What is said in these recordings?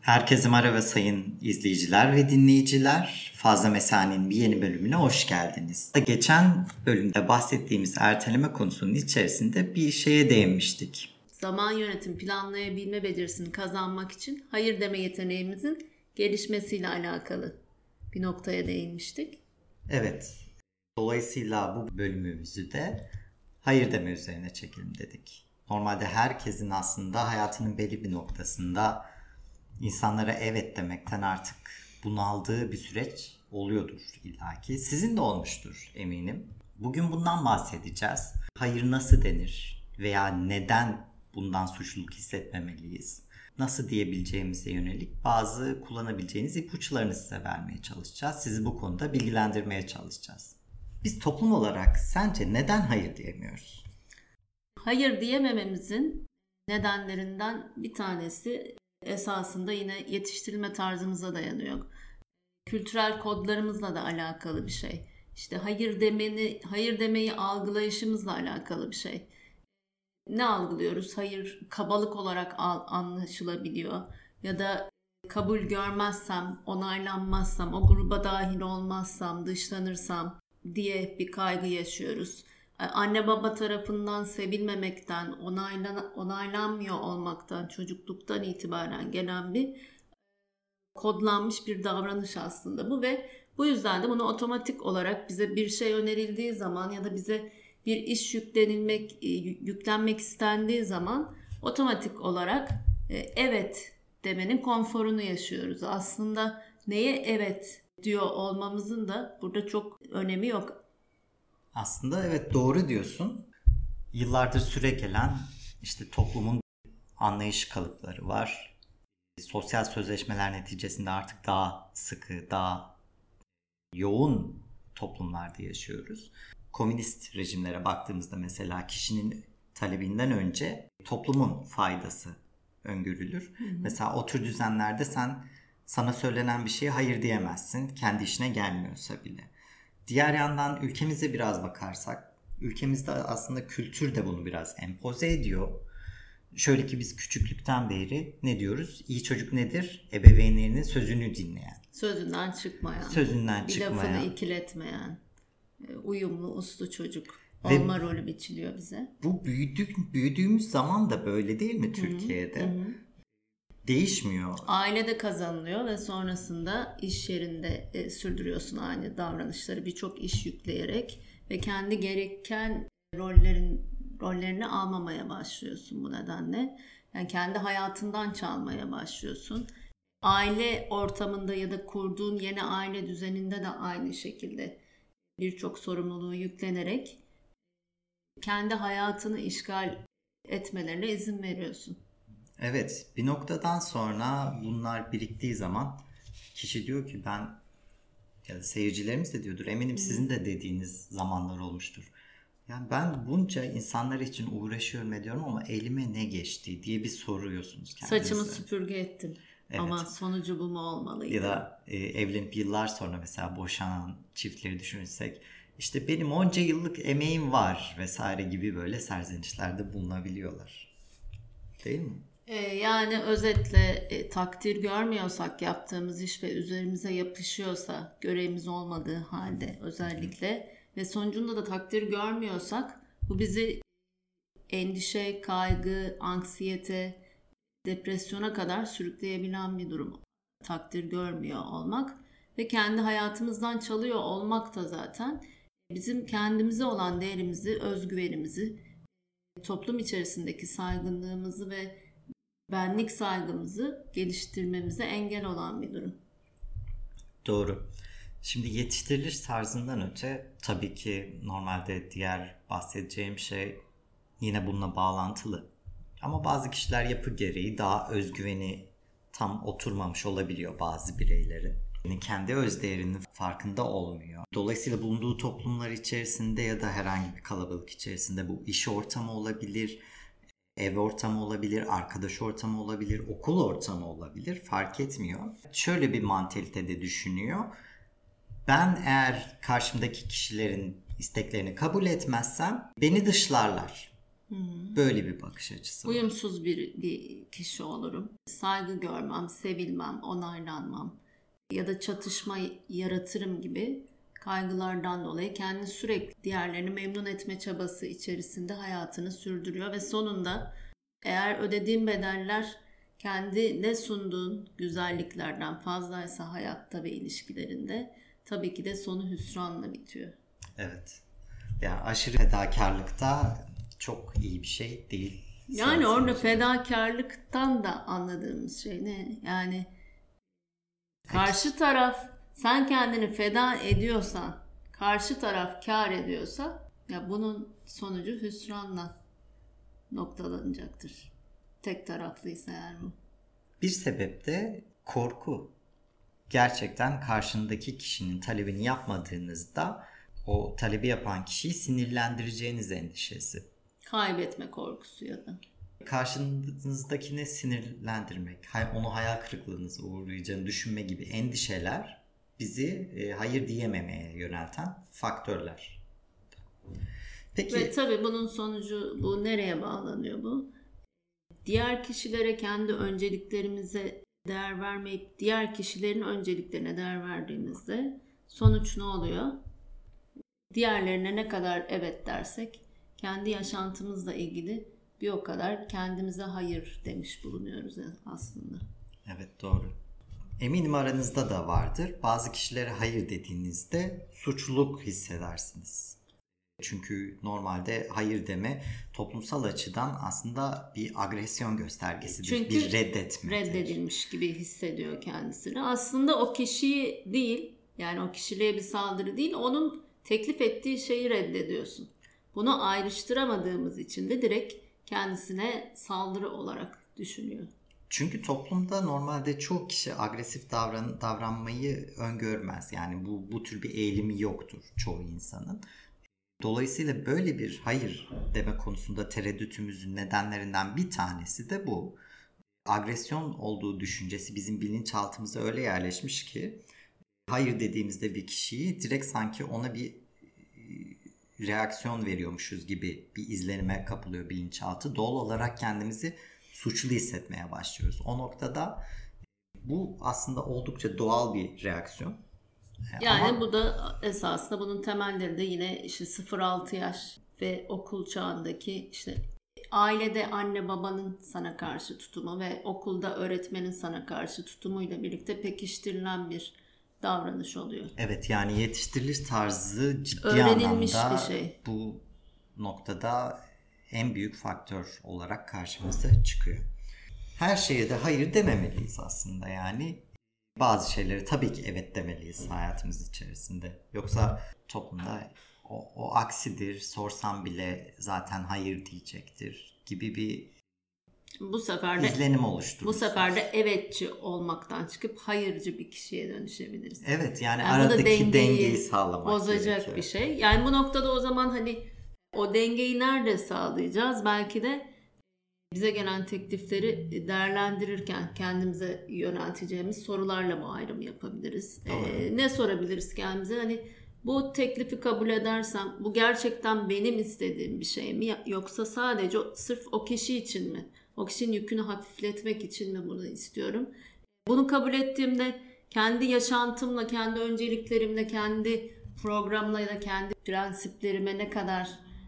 Herkese merhaba sayın izleyiciler ve dinleyiciler. Fazla Mesai'nin bir yeni bölümüne hoş geldiniz. Geçen bölümde bahsettiğimiz erteleme konusunun içerisinde bir şeye değinmiştik. Zaman yönetim planlayabilme becerisini kazanmak için hayır deme yeteneğimizin gelişmesiyle alakalı bir noktaya değinmiştik. Evet. Dolayısıyla bu bölümümüzü de hayır deme üzerine çekelim dedik. Normalde herkesin aslında hayatının belli bir noktasında İnsanlara evet demekten artık bunaldığı bir süreç oluyordur illaki. Sizin de olmuştur eminim. Bugün bundan bahsedeceğiz. Hayır nasıl denir veya neden bundan suçluluk hissetmemeliyiz? Nasıl diyebileceğimize yönelik bazı kullanabileceğiniz ipuçlarını size vermeye çalışacağız. Sizi bu konuda bilgilendirmeye çalışacağız. Biz toplum olarak sence neden hayır diyemiyoruz? Hayır diyemememizin nedenlerinden bir tanesi esasında yine yetiştirilme tarzımıza dayanıyor. Kültürel kodlarımızla da alakalı bir şey. İşte hayır demeyi algılayışımızla alakalı bir şey. Ne algılıyoruz? Hayır kabalık olarak anlaşılabiliyor. Ya da kabul görmezsem, onaylanmazsam, o gruba dahil olmazsam, dışlanırsam diye bir kaygı yaşıyoruz. Anne baba tarafından sevilmemekten, onaylanmıyor olmaktan, çocukluktan itibaren gelen bir kodlanmış bir davranış aslında bu ve bu yüzden de bunu otomatik olarak bize bir şey önerildiği zaman ya da bize bir iş yüklenmek istendiği zaman otomatik olarak evet demenin konforunu yaşıyoruz. Aslında neye evet diyor olmamızın da burada çok önemi yok. Aslında evet doğru diyorsun. Yıllardır süre gelen işte toplumun anlayış kalıpları var. Sosyal sözleşmeler neticesinde artık daha sıkı, daha yoğun toplumlarda yaşıyoruz. Komünist rejimlere baktığımızda mesela kişinin talebinden önce toplumun faydası öngörülür. Hı hı. Mesela o tür düzenlerde sana söylenen bir şeye hayır diyemezsin. Kendi işine gelmiyorsa bile. Diğer yandan ülkemize biraz bakarsak, ülkemizde aslında kültür de bunu biraz empoze ediyor. Şöyle ki biz küçüklükten beri ne diyoruz? İyi çocuk nedir? Ebeveynlerinin sözünü dinleyen. Sözünden çıkmayan. Bir lafını ikiletmeyen. Uyumlu, uslu çocuk olma rolü biçiliyor bize. Bu büyüdüğümüz zaman da böyle değil mi Türkiye'de? Hı-hı. Değişmiyor. Ailede kazanılıyor ve sonrasında iş yerinde sürdürüyorsun aynı davranışları birçok iş yükleyerek ve kendi gereken rollerini almamaya başlıyorsun bu nedenle. Yani kendi hayatından çalmaya başlıyorsun. Aile ortamında ya da kurduğun yeni aile düzeninde de aynı şekilde birçok sorumluluğu yüklenerek kendi hayatını işgal etmelerine izin veriyorsun. Evet, bir noktadan sonra bunlar biriktiği zaman kişi diyor ki ya da seyircilerimiz de diyordur, eminim sizin de dediğiniz zamanlar olmuştur. Yani ben bunca insanlar için uğraşıyorum ediyorum ama elime ne geçti diye bir soruyorsunuz kendinize. Saçımı süpürge ettim. Evet. Ama sonucu bu mu olmalıydı? Ya da evlenip yıllar sonra mesela boşanan çiftleri düşünürsek işte benim onca yıllık emeğim var vesaire gibi böyle serzenişlerde bulunabiliyorlar. Değil mi? Yani özetle takdir görmüyorsak yaptığımız iş ve üzerimize yapışıyorsa görevimiz olmadığı halde özellikle ve sonucunda da takdir görmüyorsak bu bizi endişe, kaygı, anksiyete, depresyona kadar sürükleyebilen bir durum. Takdir görmüyor olmak ve kendi hayatımızdan çalıyor olmak da zaten bizim kendimize olan değerimizi, özgüvenimizi, toplum içerisindeki saygınlığımızı ve benlik saygımızı geliştirmemize engel olan bir durum. Doğru. Şimdi yetiştiriliş tarzından öte tabii ki normalde diğer bahsedeceğim şey yine bununla bağlantılı. Ama bazı kişiler yapı gereği daha özgüveni tam oturmamış olabiliyor bazı bireylerin. Yani kendi özdeğerinin farkında olmuyor. Dolayısıyla bulunduğu toplumlar içerisinde ya da herhangi bir kalabalık içerisinde bu iş ortamı olabilir, ev ortamı olabilir, arkadaş ortamı olabilir, okul ortamı olabilir, fark etmiyor. Şöyle bir mantalitede düşünüyor. Ben eğer karşımdaki kişilerin isteklerini kabul etmezsem beni dışlarlar. Böyle bir bakış açısı var. Uyumsuz bir kişi olurum. Saygı görmem, sevilmem, onaylanmam ya da çatışma yaratırım gibi kaygılardan dolayı kendini sürekli diğerlerini memnun etme çabası içerisinde hayatını sürdürüyor ve sonunda eğer ödediğin bedeller kendine sunduğun güzelliklerden fazlaysa hayatta ve ilişkilerinde tabii ki de sonu hüsranla bitiyor. Evet. Yani aşırı fedakarlıkta çok iyi bir şey değil. Yani orada fedakarlıktan da anladığımız şey ne? Yani karşı taraf sen kendini feda ediyorsan, karşı taraf kâr ediyorsa ya bunun sonucu hüsranla noktalanacaktır. Tek taraflıysa eğer bu. Bir sebep de korku. Gerçekten karşındaki kişinin talebini yapmadığınızda o talebi yapan kişiyi sinirlendireceğiniz endişesi. Kaybetme korkusu ya da. Karşınızdakini sinirlendirmek, onu hayal kırıklığınıza uğrayacağını düşünme gibi endişeler bizi hayır diyememeye yönelten faktörler. Peki. Ve tabii bunun sonucu bu nereye bağlanıyor bu? Diğer kişilere kendi önceliklerimize değer vermeyip diğer kişilerin önceliklerine değer verdiğimizde sonuç ne oluyor? Diğerlerine ne kadar evet dersek kendi yaşantımızla ilgili bir o kadar kendimize hayır demiş bulunuyoruz aslında. Evet, doğru. Eminim aranızda da vardır. Bazı kişilere hayır dediğinizde suçluluk hissedersiniz. Çünkü normalde hayır deme toplumsal açıdan aslında bir agresyon göstergesidir. Çünkü bir reddetmedir. Reddedilmiş gibi hissediyor kendisini. Aslında o kişiyi değil, yani o kişiliğe bir saldırı değil, onun teklif ettiği şeyi reddediyorsun. Bunu ayrıştıramadığımız için de direkt kendisine saldırı olarak düşünüyor. Çünkü toplumda normalde çoğu kişi agresif davranmayı öngörmez. Yani bu tür bir eğilimi yoktur çoğu insanın. Dolayısıyla böyle bir hayır deme konusunda tereddütümüzün nedenlerinden bir tanesi de bu. Agresyon olduğu düşüncesi bizim bilinçaltımıza öyle yerleşmiş ki hayır dediğimizde bir kişiyi direkt sanki ona bir reaksiyon veriyormuşuz gibi bir izlenime kapılıyor bilinçaltı. Doğal olarak kendimizi suçlu hissetmeye başlıyoruz. O noktada bu aslında oldukça doğal bir reaksiyon. Yani ama bu da esasında bunun temelleri de yine işte 0-6 yaş ve okul çağındaki işte ailede anne babanın sana karşı tutumu ve okulda öğretmenin sana karşı tutumuyla birlikte pekiştirilen bir davranış oluyor. Evet, yani yetiştiriliş tarzı ciddi öğrenilmiş anlamda bir şey. Bu noktada en büyük faktör olarak karşımıza çıkıyor. Her şeye de hayır dememeliyiz aslında yani. Bazı şeylere tabii ki evet demeliyiz hayatımız içerisinde. Yoksa toplumda o aksidir, sorsam bile zaten hayır diyecektir gibi bir bu sefer de izlenim oluşturur. Bu sefer de evetçi olmaktan çıkıp hayırcı bir kişiye dönüşebiliriz. Evet, yani aradaki dengeyi sağlamak bozacak gerekiyor. Bir şey. Yani bu noktada o zaman hani o dengeyi nerede sağlayacağız? Belki de bize gelen teklifleri değerlendirirken kendimize yönelteceğimiz sorularla bu ayrımı yapabiliriz. Ne sorabiliriz kendimize? Hani bu teklifi kabul edersem bu gerçekten benim istediğim bir şey mi? Yoksa sadece sırf o kişi için mi? O kişinin yükünü hafifletmek için mi bunu istiyorum? Bunu kabul ettiğimde kendi yaşantımla, kendi önceliklerimle, kendi programla ya da kendi prensiplerime ne kadar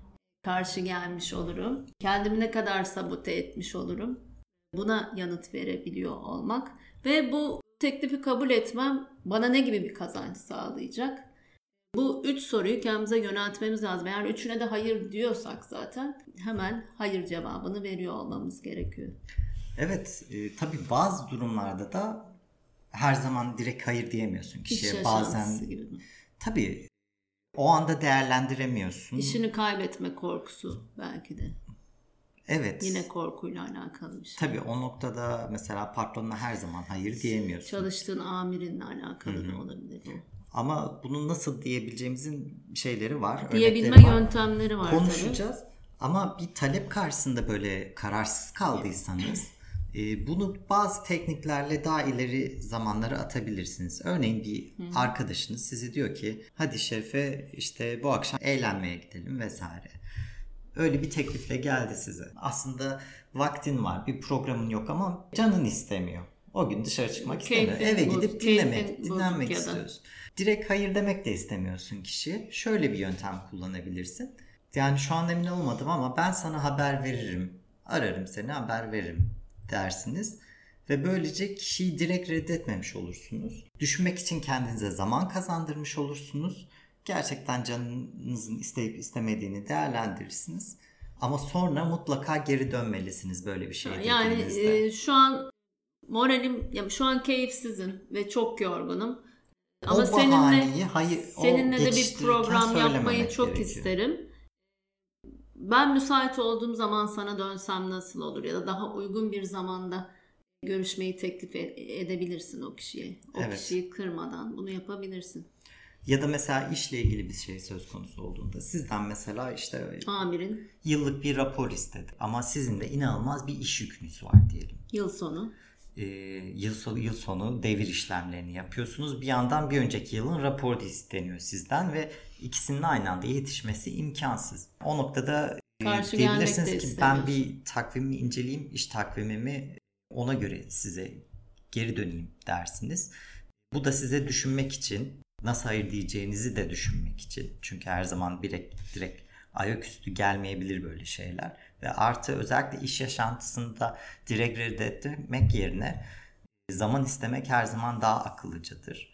karşı gelmiş olurum? Kendimi ne kadar sabote etmiş olurum? Buna yanıt verebiliyor olmak ve bu teklifi kabul etmem bana ne gibi bir kazanç sağlayacak? Bu 3 soruyu kendimize yöneltmemiz lazım. Eğer üçüne de hayır diyorsak zaten hemen hayır cevabını veriyor olmamız gerekiyor. Evet, tabii bazı durumlarda da her zaman direkt hayır diyemiyorsun kişiye. Bazen gibi mi? Tabii o anda değerlendiremiyorsun. İşini kaybetme korkusu belki de. Evet. Yine korkuyla alakalı bir şey. Tabii o noktada mesela patronuna her zaman hayır diyemiyorsun. Çalıştığın amirinle alakalı da olabilir bu. Ama bunu nasıl diyebileceğimizin şeyleri var. Diyebilme yöntemleri var. Konuşacağız. Tabii. Ama bir talep karşısında böyle kararsız kaldıysanız bunu bazı tekniklerle daha ileri zamanlara atabilirsiniz. Örneğin bir arkadaşınız size diyor ki hadi Şerife işte bu akşam eğlenmeye gidelim vesaire. öyle bir teklifle geldi size. Aslında vaktin var, bir programın yok ama canın istemiyor. O gün dışarı çıkmak istemiyor. Eve gidip dinlenmek istiyorsun. Direkt hayır demek de istemiyorsun kişiye. Şöyle bir yöntem kullanabilirsin. Yani şu an emin olmadım ama ben sana haber veririm. Ararım seni, haber veririm dersiniz. Ve böylece kişiyi direkt reddetmemiş olursunuz. Düşünmek için kendinize zaman kazandırmış olursunuz. Gerçekten canınızın isteyip istemediğini değerlendirirsiniz. Ama sonra mutlaka geri dönmelisiniz böyle bir şey dediğinizde. Yani şu an moralim, yani şu an keyifsizim ve çok yorgunum. Ama seninle de bir program yapmayı çok isterim. Ben müsait olduğum zaman sana dönsem nasıl olur? Ya da daha uygun bir zamanda görüşmeyi teklif edebilirsin o kişiye. Kişiyi kırmadan bunu yapabilirsin. Ya da mesela işle ilgili bir şey söz konusu olduğunda sizden mesela işte amirin yıllık bir rapor istedi. Ama sizin de inanılmaz bir iş yükünüz var diyelim. Yıl sonu. Yıl sonu devir işlemlerini yapıyorsunuz. Bir yandan bir önceki yılın raporu isteniyor sizden ve ikisinin aynı anda yetişmesi imkansız. O noktada diyebilirsiniz ki ben bir takvimi inceleyeyim, iş takvimimi ona göre size geri döneyim dersiniz. Bu da size düşünmek için, nasıl hayır diyeceğinizi de düşünmek için. Çünkü her zaman direkt ayaküstü gelmeyebilir böyle şeyler. Ve artı özellikle iş yaşantısında direkt reddetmek yerine zaman istemek her zaman daha akıllıcadır.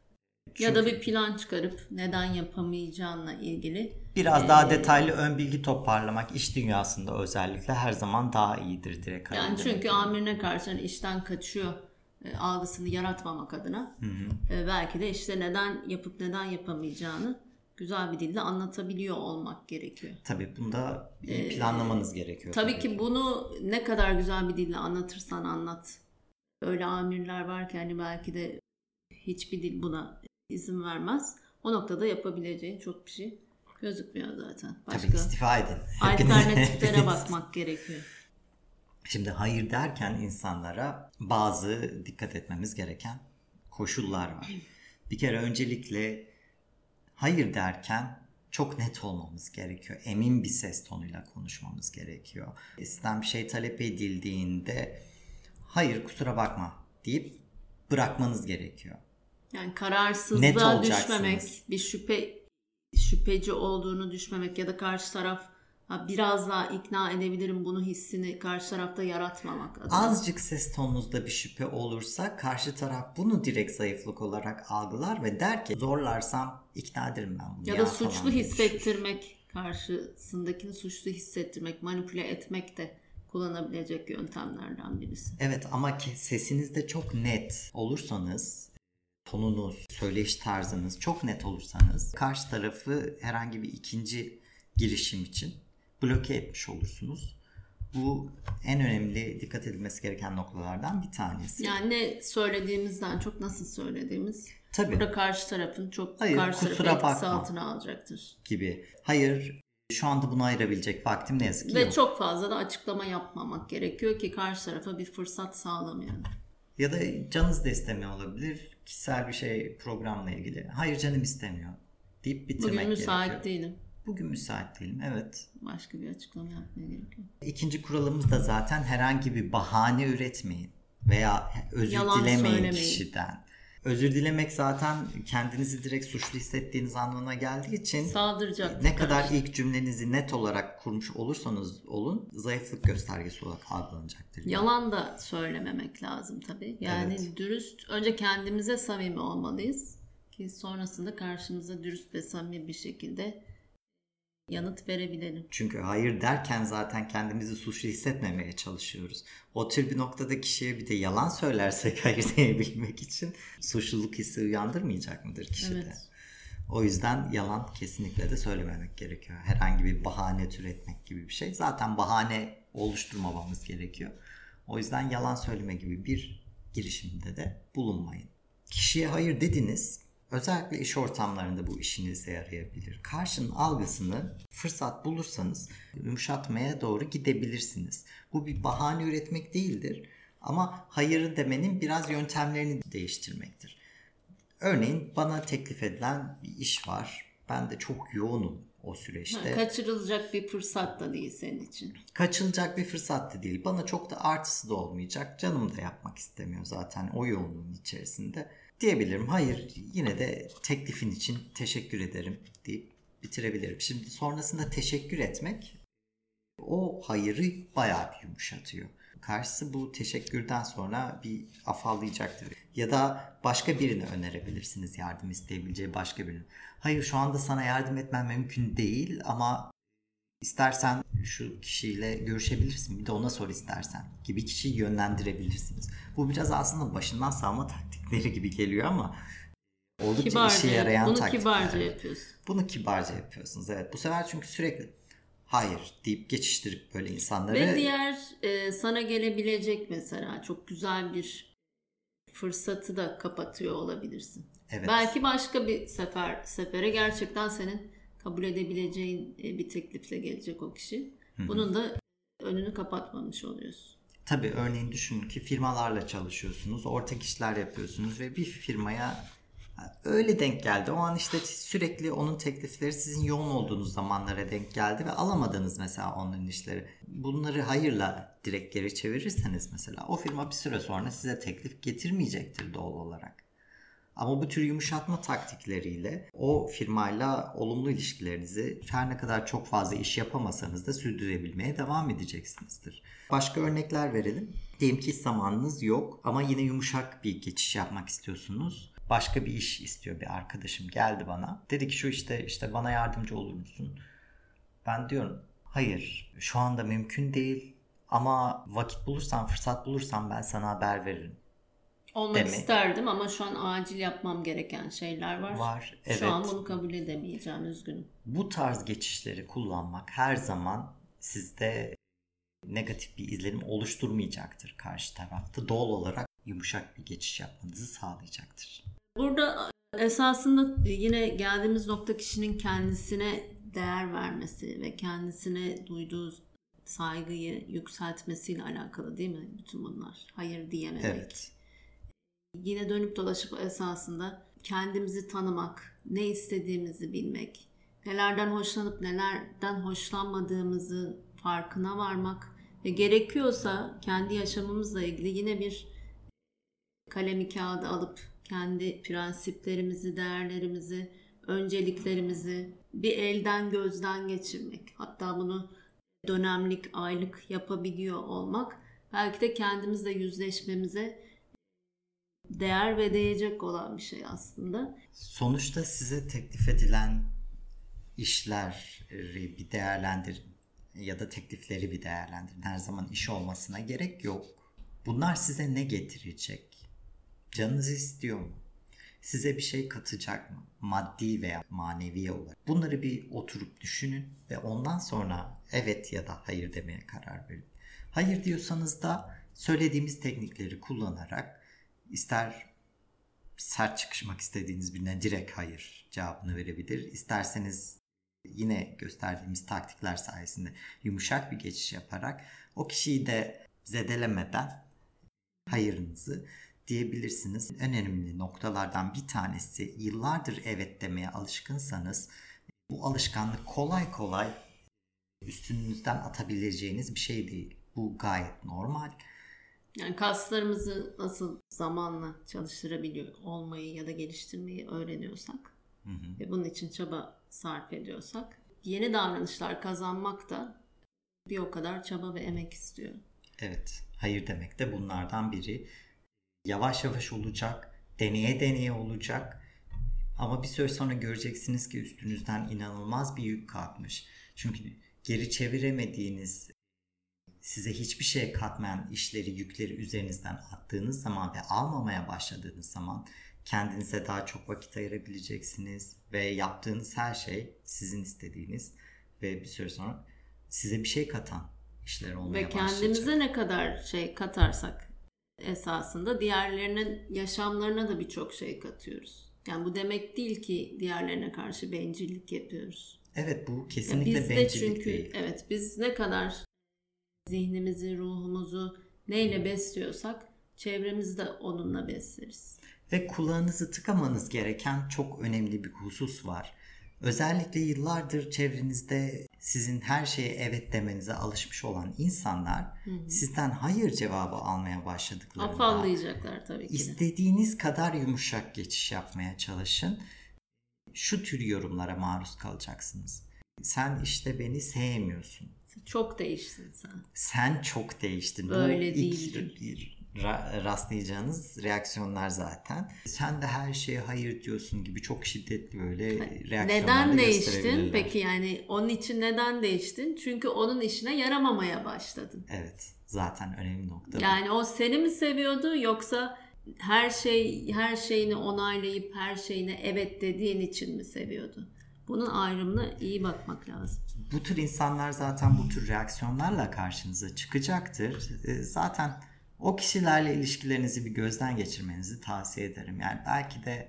Ya da bir plan çıkarıp neden yapamayacağınla ilgili biraz daha detaylı ön bilgi toparlamak iş dünyasında özellikle her zaman daha iyidir direkt. Yani çünkü amirine karşı işten kaçıyor algısını yaratmamak adına belki de işte neden yapıp neden yapamayacağını güzel bir dille anlatabiliyor olmak gerekiyor. Tabii bunda planlamanız gerekiyor. Tabii ki bunu ne kadar güzel bir dille anlatırsan anlat. Öyle amirler var ki hani belki de hiçbir dil buna izin vermez. O noktada yapabileceğin çok bir şey gözükmüyor zaten. Tabii istifa edin. Alternatiflere bakmak gerekiyor. Şimdi hayır derken insanlara bazı dikkat etmemiz gereken koşullar var. Bir kere öncelikle hayır derken çok net olmamız gerekiyor. Emin bir ses tonuyla konuşmamız gerekiyor. Sizden bir şey talep edildiğinde hayır kusura bakma deyip bırakmanız gerekiyor. Yani kararsızlığa düşmemek, bir şüpheci olduğunu düşmemek ya da karşı taraf biraz daha ikna edebilirim bunu hissini karşı tarafta yaratmamak adına. Azıcık ses tonunuzda bir şüphe olursa karşı taraf bunu direkt zayıflık olarak algılar ve der ki zorlarsam ikna ederim ben bunu. Ya da suçlu hissettirmek, karşısındakini suçlu hissettirmek, manipüle etmek de kullanabilecek yöntemlerden birisi. Evet ama sesinizde çok net olursanız, tonunuz, söyleyiş tarzınız çok net olursanız karşı tarafı herhangi bir ikinci girişim için bloke etmiş olursunuz. Bu en önemli dikkat edilmesi gereken noktalardan bir tanesi. Yani ne söylediğimizden çok nasıl söylediğimiz. Tabii. Burada karşı tarafın karşı tarafı etkisi altına alacaktır. Gibi. Hayır şu anda bunu ayırabilecek vaktim ne yazık ki yok. Ve çok fazla da açıklama yapmamak gerekiyor ki karşı tarafa bir fırsat sağlamayalım. Ya da canınız da istemiyor olabilir. Kişisel bir şey programla ilgili. Hayır canım istemiyor deyip bitirmek gerekiyor. Bugün müsait değilim. Bugün müsait değilim, evet. Başka bir açıklama yapmaya gerekiyor. İkinci kuralımız da zaten herhangi bir bahane üretmeyin veya özür dilemeyin kişiden. Özür dilemek zaten kendinizi direkt suçlu hissettiğiniz anlamına geldiği için saldıracak. Ne kadar ilk cümlenizi net olarak kurmuş olursanız olun zayıflık göstergesi olarak algılanacaktır. Yalan da söylememek lazım tabii. Yani dürüst, önce kendimize samimi olmalıyız ki sonrasında karşımıza dürüst ve samimi bir şekilde yanıt verebilelim. Çünkü hayır derken zaten kendimizi suçlu hissetmemeye çalışıyoruz. O tür bir noktada kişiye bir de yalan söylersek hayır diyebilmek için suçluluk hissi uyandırmayacak mıdır kişide? Evet. O yüzden yalan kesinlikle de söylememek gerekiyor. Herhangi bir bahane türetmek gibi bir şey. Zaten bahane oluşturmamamız gerekiyor. O yüzden yalan söyleme gibi bir girişimde de bulunmayın. Kişiye hayır dediniz. Özellikle iş ortamlarında bu işinize yarayabilir. Karşının algısını fırsat bulursanız yumuşatmaya doğru gidebilirsiniz. Bu bir bahane üretmek değildir. Ama hayır demenin biraz yöntemlerini değiştirmektir. Örneğin bana teklif edilen bir iş var. Ben de çok yoğunum o süreçte. Kaçırılacak bir fırsat da değil senin için. Kaçılacak bir fırsat da değil. Bana çok da artısı da olmayacak. Canım da yapmak istemiyor zaten o yoğunluğun içerisinde. Diyebilirim. Hayır, yine de teklifin için teşekkür ederim deyip bitirebilirim. Şimdi sonrasında teşekkür etmek o hayırı bayağı bir yumuşatıyor. Karşısı bu teşekkürden sonra bir afallayacaktır. Ya da başka birini önerebilirsiniz, yardım isteyebileceği başka birini. Hayır, şu anda sana yardım etmem mümkün değil ama istersen şu kişiyle görüşebilirsin, bir de ona sor istersen gibi kişiyi yönlendirebilirsiniz. Bu biraz aslında başından savma taktikleri gibi geliyor ama oldukça Kibarca, işe yarayan bunu taktikler. kibarca yapıyorsun. Bunu kibarca yapıyorsunuz, evet. Bu sefer çünkü sürekli hayır deyip geçiştirip böyle insanları... Ve diğer sana gelebilecek mesela çok güzel bir fırsatı da kapatıyor olabilirsin. Evet. Belki başka bir sefere gerçekten senin kabul edebileceğin bir teklifle gelecek o kişi. Hı-hı. Bunun da önünü kapatmamış oluyorsun. Tabii, örneğin düşünün ki firmalarla çalışıyorsunuz, ortak işler yapıyorsunuz ve bir firmaya öyle denk geldi. O an işte sürekli onun teklifleri sizin yoğun olduğunuz zamanlara denk geldi ve alamadınız mesela onların işleri. Bunları hayırla direkt geri çevirirseniz mesela o firma bir süre sonra size teklif getirmeyecektir doğal olarak. Ama bu tür yumuşatma taktikleriyle o firmayla olumlu ilişkilerinizi her ne kadar çok fazla iş yapamasanız da sürdürebilmeye devam edeceksinizdir. Başka örnekler verelim. Diyelim ki zamanınız yok ama yine yumuşak bir geçiş yapmak istiyorsunuz. Başka bir iş istiyor bir arkadaşım, geldi bana. Dedi ki şu işte bana yardımcı olur musun? Ben diyorum hayır, şu anda mümkün değil ama vakit bulursan, fırsat bulursan ben sana haber veririm. Olmak isterdim ama şu an acil yapmam gereken şeyler var. Evet. Şu an bunu kabul edemeyeceğim, üzgünüm. Bu tarz geçişleri kullanmak her zaman sizde negatif bir izlenim oluşturmayacaktır karşı tarafta. Doğal olarak yumuşak bir geçiş yapmanızı sağlayacaktır. Burada esasında yine geldiğimiz nokta kişinin kendisine değer vermesi ve kendisine duyduğu saygıyı yükseltmesiyle alakalı değil mi bütün bunlar? Hayır diyememek. Evet. Yine dönüp dolaşıp esasında kendimizi tanımak, ne istediğimizi bilmek, nelerden hoşlanıp nelerden hoşlanmadığımızın farkına varmak ve gerekiyorsa kendi yaşamımızla ilgili yine bir kalemi kağıdı alıp kendi prensiplerimizi, değerlerimizi, önceliklerimizi bir elden gözden geçirmek. Hatta bunu dönemlik, aylık yapabiliyor olmak belki de kendimizle yüzleşmemize değer ve değecek olan bir şey aslında. Sonuçta size teklif edilen işleri bir değerlendirin ya da teklifleri bir değerlendirin. Her zaman iş olmasına gerek yok. Bunlar size ne getirecek? Canınız istiyor mu? Size bir şey katacak mı? Maddi veya manevi olarak. Bunları bir oturup düşünün ve ondan sonra evet ya da hayır demeye karar verin. Hayır diyorsanız da söylediğimiz teknikleri kullanarak ister sert çıkışmak istediğiniz birine direkt hayır cevabını verebilir. İsterseniz yine gösterdiğimiz taktikler sayesinde yumuşak bir geçiş yaparak o kişiyi de zedelemeden hayırınızı diyebilirsiniz. En önemli noktalardan bir tanesi, yıllardır evet demeye alışkınsanız bu alışkanlık kolay kolay üstünüzden atabileceğiniz bir şey değil. Bu gayet normal. Yani kaslarımızı nasıl zamanla çalıştırabiliyor olmayı ya da geliştirmeyi öğreniyorsak ve bunun için çaba sarf ediyorsak yeni davranışlar kazanmak da bir o kadar çaba ve emek istiyor. Evet, hayır demek de bunlardan biri. Yavaş yavaş olacak, deneye deneye olacak ama bir süre sonra göreceksiniz ki üstünüzden inanılmaz bir yük kalkmış. Çünkü geri çeviremediğiniz, size hiçbir şey katmayan işleri, yükleri üzerinizden attığınız zaman ve almamaya başladığınız zaman kendinize daha çok vakit ayırabileceksiniz ve yaptığınız her şey sizin istediğiniz ve bir süre sonra size bir şey katan işler olmaya başlayacak. Ve kendimize ne kadar şey katarsak esasında diğerlerinin yaşamlarına da birçok şey katıyoruz. Yani bu demek değil ki diğerlerine karşı bencillik yapıyoruz. Evet, bu kesinlikle biz bencillik çünkü, değil. Evet, biz ne kadar zihnimizi, ruhumuzu neyle besliyorsak çevremizi de onunla besleriz. Ve kulağınızı tıkamanız gereken çok önemli bir husus var. Özellikle yıllardır çevrenizde sizin her şeye evet demenize alışmış olan insanlar sizden hayır cevabı almaya başladıklarında Afallayacaklar tabii ki de. İstediğiniz kadar yumuşak geçiş yapmaya çalışın. Şu tür yorumlara maruz kalacaksınız. Sen işte beni sevmiyorsun. Çok değiştin sen. Sen çok değiştin. Böyle Bu ilk değildin. rastlayacağınız reaksiyonlar zaten. Sen de her şeye hayır diyorsun gibi çok şiddetli böyle reaksiyonlar Neden da değiştin? gösterebilirler. Peki yani onun için neden değiştin? Çünkü onun işine yaramamaya başladın. Evet. Zaten önemli nokta bu. Yani o seni mi seviyordu yoksa her şeyini onaylayıp her şeyine evet dediğin için mi seviyordu? Bunun ayrımına iyi bakmak lazım. Bu tür insanlar zaten bu tür reaksiyonlarla karşınıza çıkacaktır. Zaten o kişilerle ilişkilerinizi bir gözden geçirmenizi tavsiye ederim. Yani belki de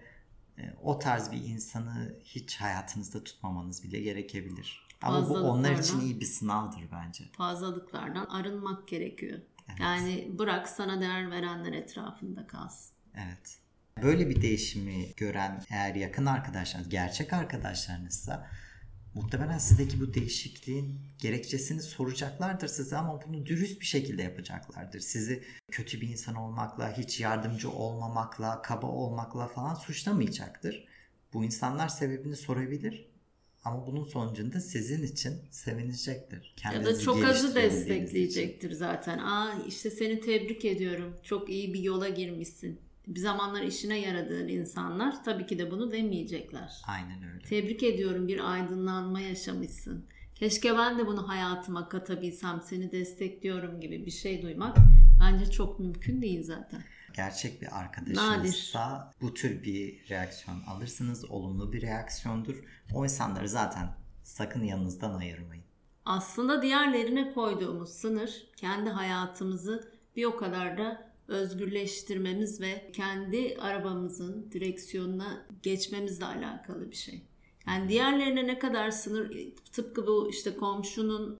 o tarz bir insanı hiç hayatınızda tutmamanız bile gerekebilir. Ama bu onlar için iyi bir sınavdır bence. Fazlalıklardan arınmak gerekiyor. Evet. Yani bırak sana değer verenler etrafında kalsın. Evet. Böyle bir değişimi gören eğer yakın arkadaşlarınız, gerçek arkadaşlarınızsa muhtemelen sizdeki bu değişikliğin gerekçesini soracaklardır size ama bunu dürüst bir şekilde yapacaklardır. Sizi kötü bir insan olmakla, hiç yardımcı olmamakla, kaba olmakla falan suçlamayacaktır. Bu insanlar sebebini sorabilir ama bunun sonucunda sizin için sevinecektir. Kendinizi ya da çok azı destekleyecektir zaten. İşte seni tebrik ediyorum. Çok iyi bir yola girmişsin. Bir zamanlar işine yaradığın insanlar tabii ki de bunu demeyecekler. Aynen öyle. Tebrik ediyorum, bir aydınlanma yaşamışsın. Keşke ben de bunu hayatıma katabilsem, seni destekliyorum gibi bir şey duymak bence çok mümkün değil zaten. Gerçek bir arkadaşınızsa bu tür bir reaksiyon alırsınız. Olumlu bir reaksiyondur. O insanları zaten sakın yanınızdan ayırmayın. Aslında diğerlerine koyduğumuz sınır kendi hayatımızı bir o kadar da özgürleştirmemiz ve kendi arabamızın direksiyonuna geçmemizle alakalı bir şey. Yani diğerlerine ne kadar sınır, tıpkı bu işte komşunun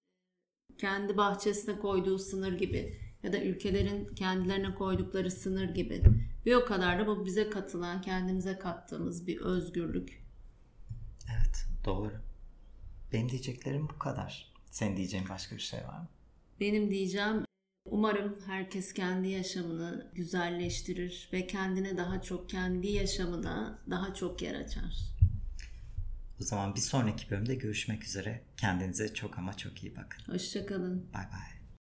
kendi bahçesine koyduğu sınır gibi ya da ülkelerin kendilerine koydukları sınır gibi. Bir o kadar da bu bize katılan, kendimize kattığımız bir özgürlük. Evet, doğru. Benim diyeceklerim bu kadar. Senin diyeceğin başka bir şey var mı? Benim diyeceğim, umarım herkes kendi yaşamını güzelleştirir ve kendine daha çok, kendi yaşamına daha çok yer açar. O zaman bir sonraki bölümde görüşmek üzere. Kendinize çok ama çok iyi bakın. Hoşça kalın. Bay bay.